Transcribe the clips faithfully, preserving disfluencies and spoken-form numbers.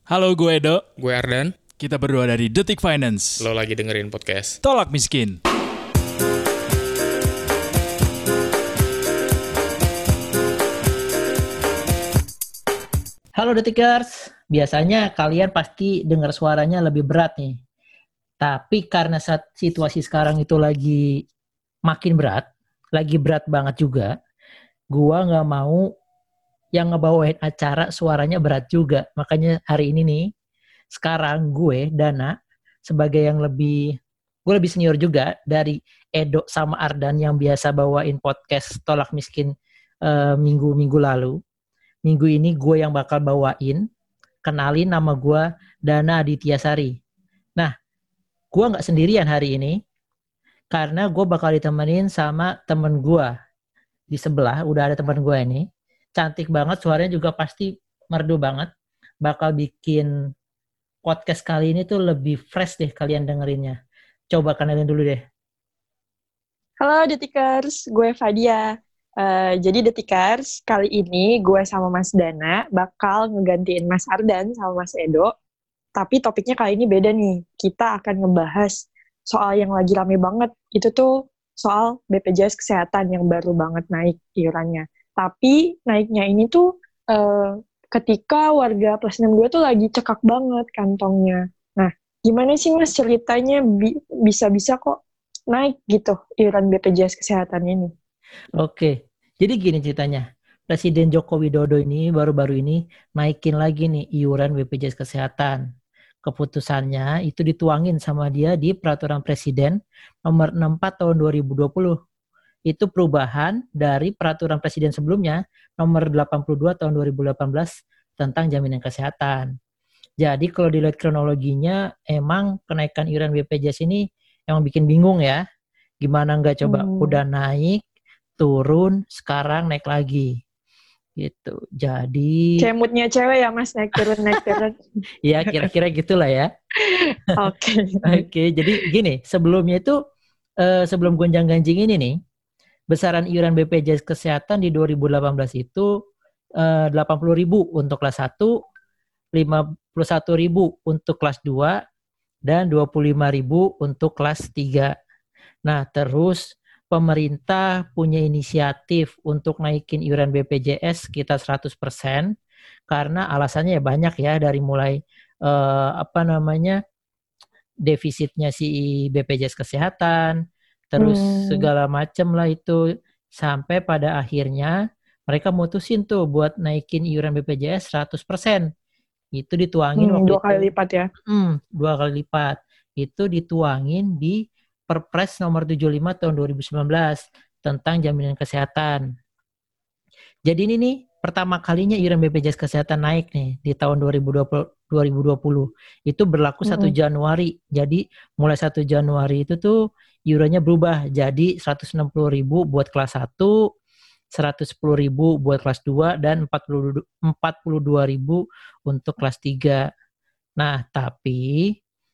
Halo, gue Edo. Gue Ardan. Kita berdua dari Detik Finance. Lo lagi dengerin podcast Tolak Miskin. Halo Detikers, biasanya kalian pasti dengar suaranya lebih berat nih. Tapi karena saat situasi sekarang itu lagi makin berat, lagi berat banget juga, gua nggak mau yang ngebawain acara suaranya berat juga. Makanya hari ini nih, sekarang gue, Dana, sebagai yang lebih, gue lebih senior juga dari Edo sama Ardan yang biasa bawain podcast Tolak Miskin eh, minggu-minggu lalu. Minggu ini gue yang bakal bawain, kenalin nama gue Dana Adityasari. Nah, gue gak sendirian hari ini, karena gue bakal ditemenin sama temen gue. Di sebelah udah ada temen gue ini, cantik banget, suaranya juga pasti merdu banget. Bakal bikin podcast kali ini tuh lebih fresh deh kalian dengerinnya. Coba kenalin dulu deh. Halo Detikers, gue Fadia. Uh, jadi Detikers, kali ini gue sama Mas Dana bakal ngegantiin Mas Ardan sama Mas Edo. Tapi topiknya kali ini beda nih. Kita akan ngebahas soal yang lagi rame banget. Itu tuh soal B P J S Kesehatan yang baru banget naik iurannya. Tapi naiknya ini tuh uh, ketika warga plus enam puluh dua tuh lagi cekak banget kantongnya. Nah, gimana sih Mas ceritanya bi- bisa-bisa kok naik gitu iuran B P J S Kesehatan ini? Oke, jadi gini ceritanya. Presiden Joko Widodo ini baru-baru ini naikin lagi nih iuran B P J S Kesehatan. Keputusannya itu dituangin sama dia di Peraturan Presiden nomor enam puluh empat tahun dua ribu dua puluh. Itu perubahan dari Peraturan Presiden sebelumnya nomor delapan puluh dua tahun dua ribu delapan belas tentang jaminan kesehatan. Jadi kalau dilihat kronologinya, emang kenaikan iuran B P J S ini emang bikin bingung ya. Gimana nggak coba Hmm. udah naik, turun, sekarang naik lagi. Gitu. Jadi Kayak moodnya cewek ya Mas, naik turun, naik turun. ya kira-kira gitulah ya. Oke. Oke, jadi gini, sebelumnya itu eh, sebelum gonjang-ganjing ini nih, besaran iuran B P J S Kesehatan di dua ribu delapan belas itu eh, delapan puluh ribu untuk kelas satu, lima puluh satu ribu untuk kelas dua, dan dua puluh lima ribu untuk kelas tiga. Nah, terus pemerintah punya inisiatif untuk naikin iuran B P J S sekitar seratus persen karena alasannya ya banyak ya, dari mulai eh, apa namanya defisitnya si B P J S Kesehatan, terus Hmm. segala macam lah itu, sampai pada akhirnya mereka mutusin tuh buat naikin iuran B P J S seratus persen. Itu dituangin Hmm, waktu dua itu. kali lipat ya. Hmm, dua kali lipat. Itu dituangin di Perpres nomor tujuh puluh lima tahun dua ribu sembilan belas tentang jaminan kesehatan. Jadi ini nih pertama kalinya iuran B P J S Kesehatan naik nih di tahun dua ribu dua puluh. Itu berlaku satu Mm-mm. Januari. Jadi mulai satu Januari itu tuh iurannya berubah jadi seratus enam puluh ribu buat kelas satu, seratus sepuluh ribu buat kelas dua, dan empat puluh dua ribu untuk kelas tiga. Nah, tapi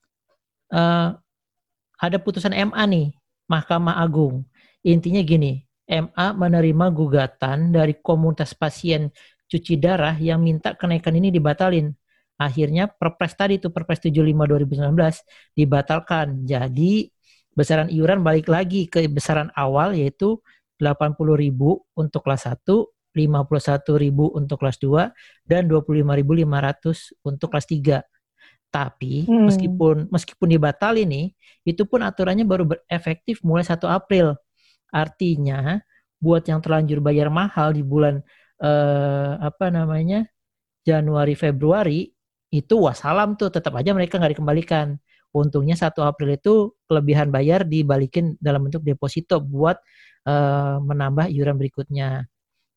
eh, ada putusan M A nih, Mahkamah Agung. Intinya gini, M A menerima gugatan dari komunitas pasien cuci darah yang minta kenaikan ini dibatalin. Akhirnya Perpres tadi itu, Perpres tujuh puluh lima dua ribu sembilan belas dibatalkan. Jadi besaran iuran balik lagi ke besaran awal, yaitu delapan puluh ribu untuk kelas satu, lima puluh satu ribu untuk kelas dua, dan dua puluh lima ribu lima ratus untuk kelas tiga. Tapi Hmm. meskipun meskipun dibatalin nih, itu pun aturannya baru berefektif mulai satu April. Artinya buat yang terlanjur bayar mahal di bulan eh, apa namanya Januari Februari, itu wassalam tuh, tetap aja mereka nggak dikembalikan. Untungnya satu April itu kelebihan bayar dibalikin dalam bentuk deposito buat eh, menambah iuran berikutnya.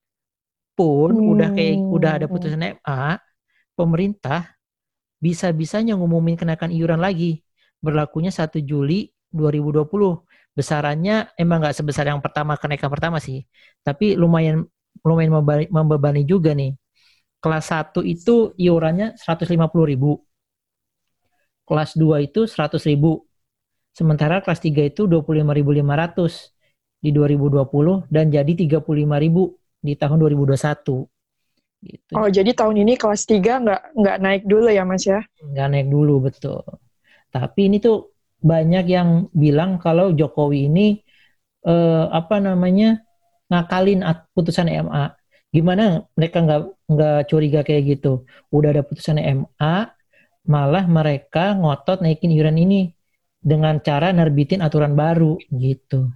Pun Hmm. udah kayak udah ada putusan M A, pemerintah bisa-bisanya ngumumin kenaikan iuran lagi. Berlakunya satu Juli dua ribu dua puluh. Besarannya emang nggak sebesar yang pertama, kenaikan pertama sih. Tapi lumayan lumayan membebani, membebani juga nih. Kelas satu itu iurannya seratus lima puluh ribu. Kelas dua itu seratus ribu. Sementara kelas tiga itu dua puluh lima ribu lima ratus di dua ribu dua puluh dan jadi tiga puluh lima ribu di tahun dua ribu dua puluh satu. Gitu. Oh, jadi tahun ini kelas tiga nggak nggak naik dulu ya, Mas ya? Nggak naik dulu, betul. Tapi ini tuh banyak yang bilang kalau Jokowi ini eh, apa namanya ngakalin at- putusan M A. Gimana mereka nggak nggak curiga kayak gitu? Udah ada putusan M A, malah mereka ngotot naikin iuran ini dengan cara nerbitin aturan baru gitu.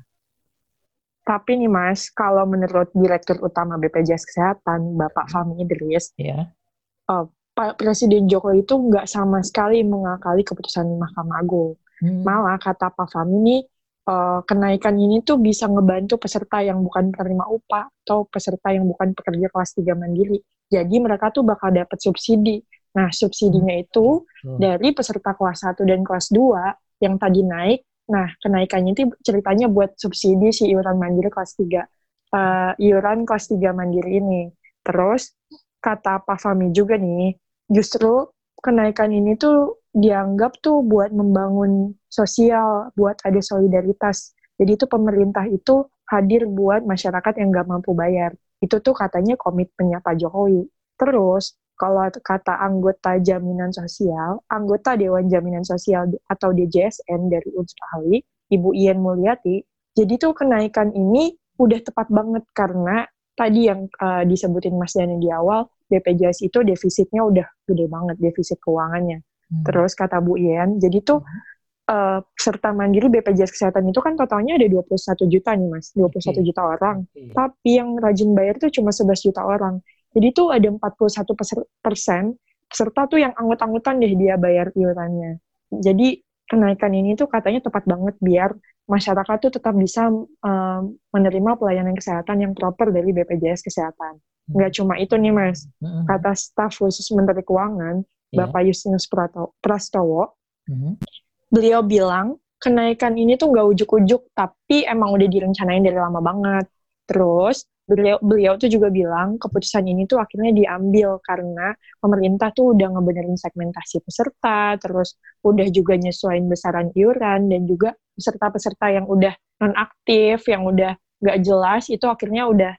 Tapi nih Mas, kalau menurut Direktur Utama B P J S Kesehatan, Bapak Fahmi Idris, Ya. uh, Pak Presiden Jokowi itu nggak sama sekali mengakali keputusan Mahkamah Agung. Hmm. Malah kata Pak Fahmi ini, uh, kenaikan ini tuh bisa ngebantu peserta yang bukan penerima upah atau peserta yang bukan pekerja kelas tiga mandiri. Jadi mereka tuh bakal dapat subsidi. Nah, subsidinya itu Hmm. dari peserta kelas satu dan kelas dua yang tadi naik. Nah, kenaikannya itu ceritanya buat subsidi si iuran mandiri kelas tiga. Uh, iuran kelas tiga mandiri ini. Terus, kata Pak Fahmi juga nih, justru kenaikan ini tuh dianggap tuh buat membangun sosial, buat ada solidaritas. Jadi itu pemerintah itu hadir buat masyarakat yang nggak mampu bayar. Itu tuh katanya komitmennya Pak Jokowi. Terus, kalau kata anggota jaminan sosial, anggota Dewan Jaminan Sosial atau D J S N dari unsur ahli, Ibu Ien Mulyati, jadi tuh kenaikan ini udah tepat banget karena tadi yang uh, disebutin Mas Dani di awal, B P J S itu defisitnya udah gede banget, defisit keuangannya. Hmm. Terus kata Bu Ien, jadi tuh uh, peserta mandiri B P J S Kesehatan itu kan totalnya ada dua puluh satu juta nih Mas, dua puluh satu okay. juta orang. Okay. Tapi yang rajin bayar tuh cuma sebelas juta orang. Jadi tuh ada empat puluh satu persen peserta tuh yang anggut-anggutan deh dia bayar iurannya. Jadi kenaikan ini tuh katanya tepat banget biar masyarakat tuh tetap bisa um, menerima pelayanan kesehatan yang proper dari B P J S Kesehatan. Hmm. Nggak cuma itu nih Mas, hmm. kata staf khusus Menteri Keuangan, yeah. Bapak Justinus Prastowo, hmm. beliau bilang kenaikan ini tuh nggak ujuk-ujuk, tapi emang udah direncanain dari lama banget. Terus beliau beliau tuh juga bilang keputusan ini tuh akhirnya diambil karena pemerintah tuh udah ngebenerin segmentasi peserta, terus udah juga nyesuaiin besaran iuran, dan juga peserta-peserta yang udah non-aktif, yang udah nggak jelas, itu akhirnya udah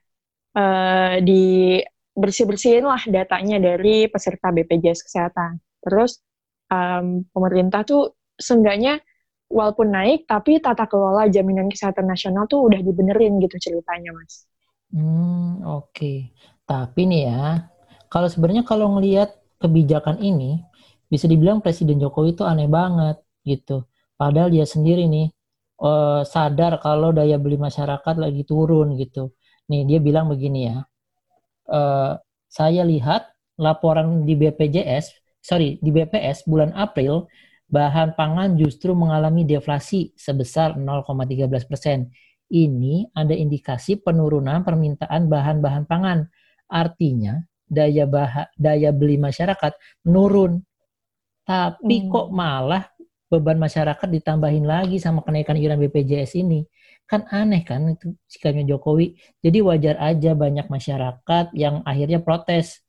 uh, di bersih-bersihin lah datanya dari peserta B P J S Kesehatan. Terus um, pemerintah tuh seenggaknya walaupun naik, tapi tata kelola jaminan kesehatan nasional tuh udah dibenerin gitu ceritanya, Mas. Hmm, oke. Okay. Tapi nih ya, kalau sebenarnya kalau ngelihat kebijakan ini, bisa dibilang Presiden Jokowi itu aneh banget gitu. Padahal dia sendiri nih uh, sadar kalau daya beli masyarakat lagi turun gitu. Nih dia bilang begini ya, uh, saya lihat laporan di B P J S, sorry di B P S bulan April, bahan pangan justru mengalami deflasi sebesar nol koma satu tiga persen. Ini ada indikasi penurunan permintaan bahan-bahan pangan. Artinya daya bah- daya beli masyarakat menurun. Tapi hmm. kok malah beban masyarakat ditambahin lagi sama kenaikan iuran B P J S ini. Kan aneh kan itu sikapnya Jokowi. Jadi wajar aja banyak masyarakat yang akhirnya protes.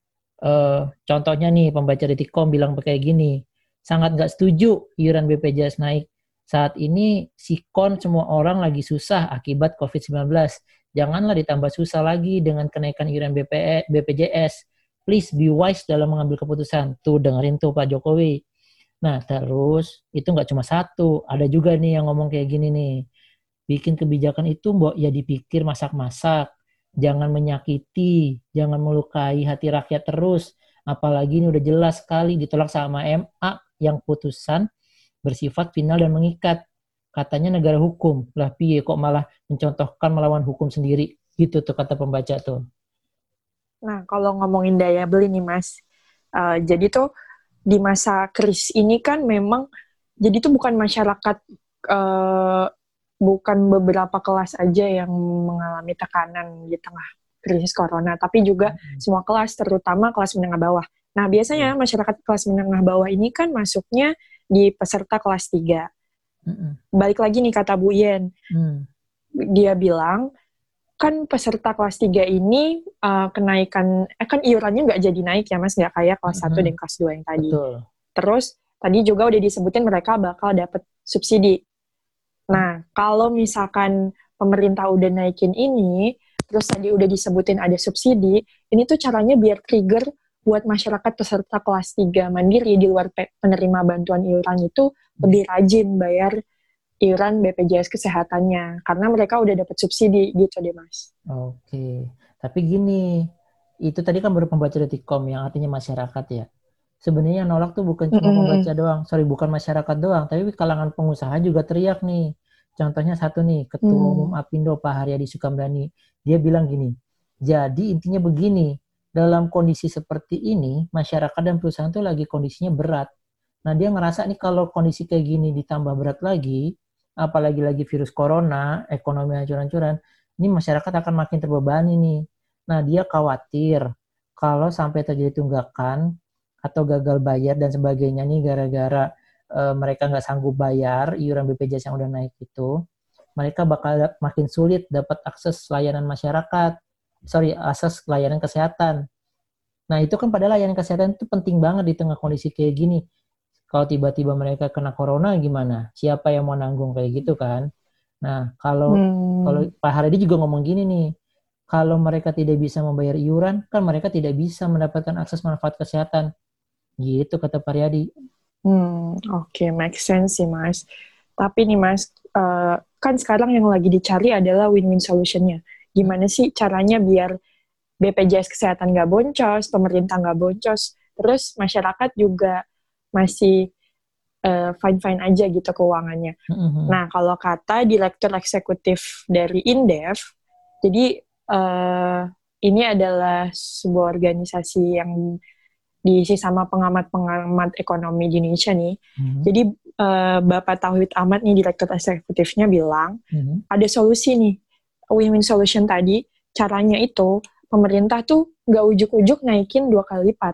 Uh, contohnya nih pembaca detik titik com bilang kayak gini. Sangat gak setuju iuran B P J S naik. Saat ini sikon semua orang lagi susah akibat covid sembilan belas. Janganlah ditambah susah lagi dengan kenaikan iuran B P J S. Please be wise dalam mengambil keputusan. Tuh dengerin tuh Pak Jokowi. Nah terus itu gak cuma satu. Ada juga nih yang ngomong kayak gini nih. Bikin kebijakan itu mbok ya dipikir masak-masak. Jangan menyakiti. Jangan melukai hati rakyat terus. Apalagi ini udah jelas sekali ditolak sama M A yang putusan bersifat final dan mengikat. Katanya negara hukum. Lah piye kok malah mencontohkan melawan hukum sendiri. Gitu tuh kata pembaca tuh. Nah, kalau ngomongin daya beli nih Mas. Uh, jadi tuh di masa krisis ini kan memang, jadi tuh bukan masyarakat, uh, bukan beberapa kelas aja yang mengalami tekanan di tengah krisis corona. Tapi juga hmm. semua kelas, terutama kelas menengah bawah. Nah, biasanya hmm. masyarakat kelas menengah bawah ini kan masuknya di peserta kelas tiga. Mm-mm. Balik lagi nih kata Bu Yen. Mm. Dia bilang, kan peserta kelas tiga ini uh, kenaikan, eh kan iurannya nggak jadi naik ya Mas, nggak kayak kelas mm-hmm. satu dan kelas dua yang tadi. Betul. Terus, tadi juga udah disebutin mereka bakal dapat subsidi. Nah, kalau misalkan pemerintah udah naikin ini, terus tadi udah disebutin ada subsidi, ini tuh caranya biar trigger buat masyarakat peserta kelas tiga mandiri di luar pe- penerima bantuan iuran itu lebih rajin bayar iuran B P J S kesehatannya, karena mereka udah dapat subsidi gitu deh Mas. Oke, tapi gini, itu tadi kan baru pembaca detik com yang artinya masyarakat ya. Sebenarnya yang nolak tuh bukan cuma Mm-mm. pembaca doang, sorry bukan masyarakat doang, tapi kalangan pengusaha juga teriak nih. Contohnya satu nih, Ketua Hmm. Umum Apindo Pak Haryadi Sukamdhani, dia bilang gini, jadi intinya begini, dalam kondisi seperti ini, masyarakat dan perusahaan tuh lagi kondisinya berat. Nah dia ngerasa nih kalau kondisi kayak gini ditambah berat lagi, apalagi lagi virus corona, ekonomi hancur-hancuran, ini masyarakat akan makin terbebani nih. Nah dia khawatir kalau sampai terjadi tunggakan, atau gagal bayar dan sebagainya nih gara-gara e, mereka nggak sanggup bayar iuran B P J S yang udah naik itu, mereka bakal makin sulit dapat akses layanan masyarakat, sorry akses layanan kesehatan. Nah itu kan padahal layanan kesehatan itu penting banget di tengah kondisi kayak gini. Kalau tiba-tiba mereka kena corona gimana? Siapa yang mau nanggung kayak gitu kan? Nah kalau Hmm. kalau Pak Haryadi juga ngomong gini nih, kalau mereka tidak bisa membayar iuran, kan mereka tidak bisa mendapatkan akses manfaat kesehatan. Gitu kata Pak Haryadi. Hmm, oke, okay, make sense sih Mas. Tapi nih Mas, uh, kan sekarang yang lagi dicari adalah win-win solution-nya. Gimana sih caranya biar B P J S kesehatan nggak boncos, pemerintah nggak boncos, terus masyarakat juga masih uh, fine-fine aja gitu keuangannya. Mm-hmm. Nah, kalau kata Direktur Eksekutif dari Indef, jadi uh, ini adalah sebuah organisasi yang diisi sama pengamat-pengamat ekonomi di Indonesia nih. Mm-hmm. Jadi uh, Bapak Tauhid Ahmad nih Direktur Eksekutifnya bilang, mm-hmm. ada solusi nih, win-win solution tadi, caranya itu pemerintah tuh nggak ujuk-ujuk naikin dua kali lipat,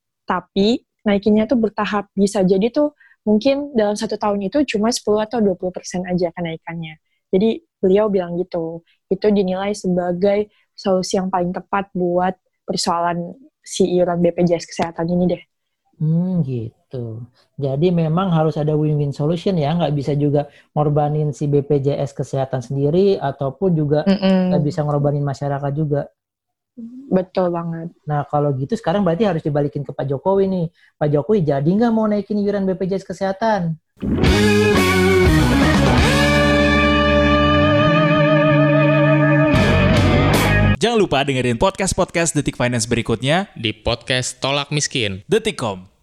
tapi naikinnya tuh bertahap. Bisa jadi tuh mungkin dalam satu tahun itu cuma sepuluh atau dua puluh persen aja kenaikannya. Jadi beliau bilang gitu, itu dinilai sebagai solusi yang paling tepat buat persoalan si iuran B P J S kesehatan ini deh. Hmm, gitu. Jadi memang harus ada win-win solution ya, nggak bisa juga ngorbanin si B P J S kesehatan sendiri, ataupun juga Mm-mm. nggak bisa ngorbanin masyarakat juga. Betul banget. Nah kalau gitu sekarang berarti harus dibalikin ke Pak Jokowi nih. Pak Jokowi jadi nggak mau naikin iuran B P J S kesehatan? Jangan lupa dengerin podcast-podcast Detik Finance berikutnya di podcast Tolak Miskin. Detik dot com.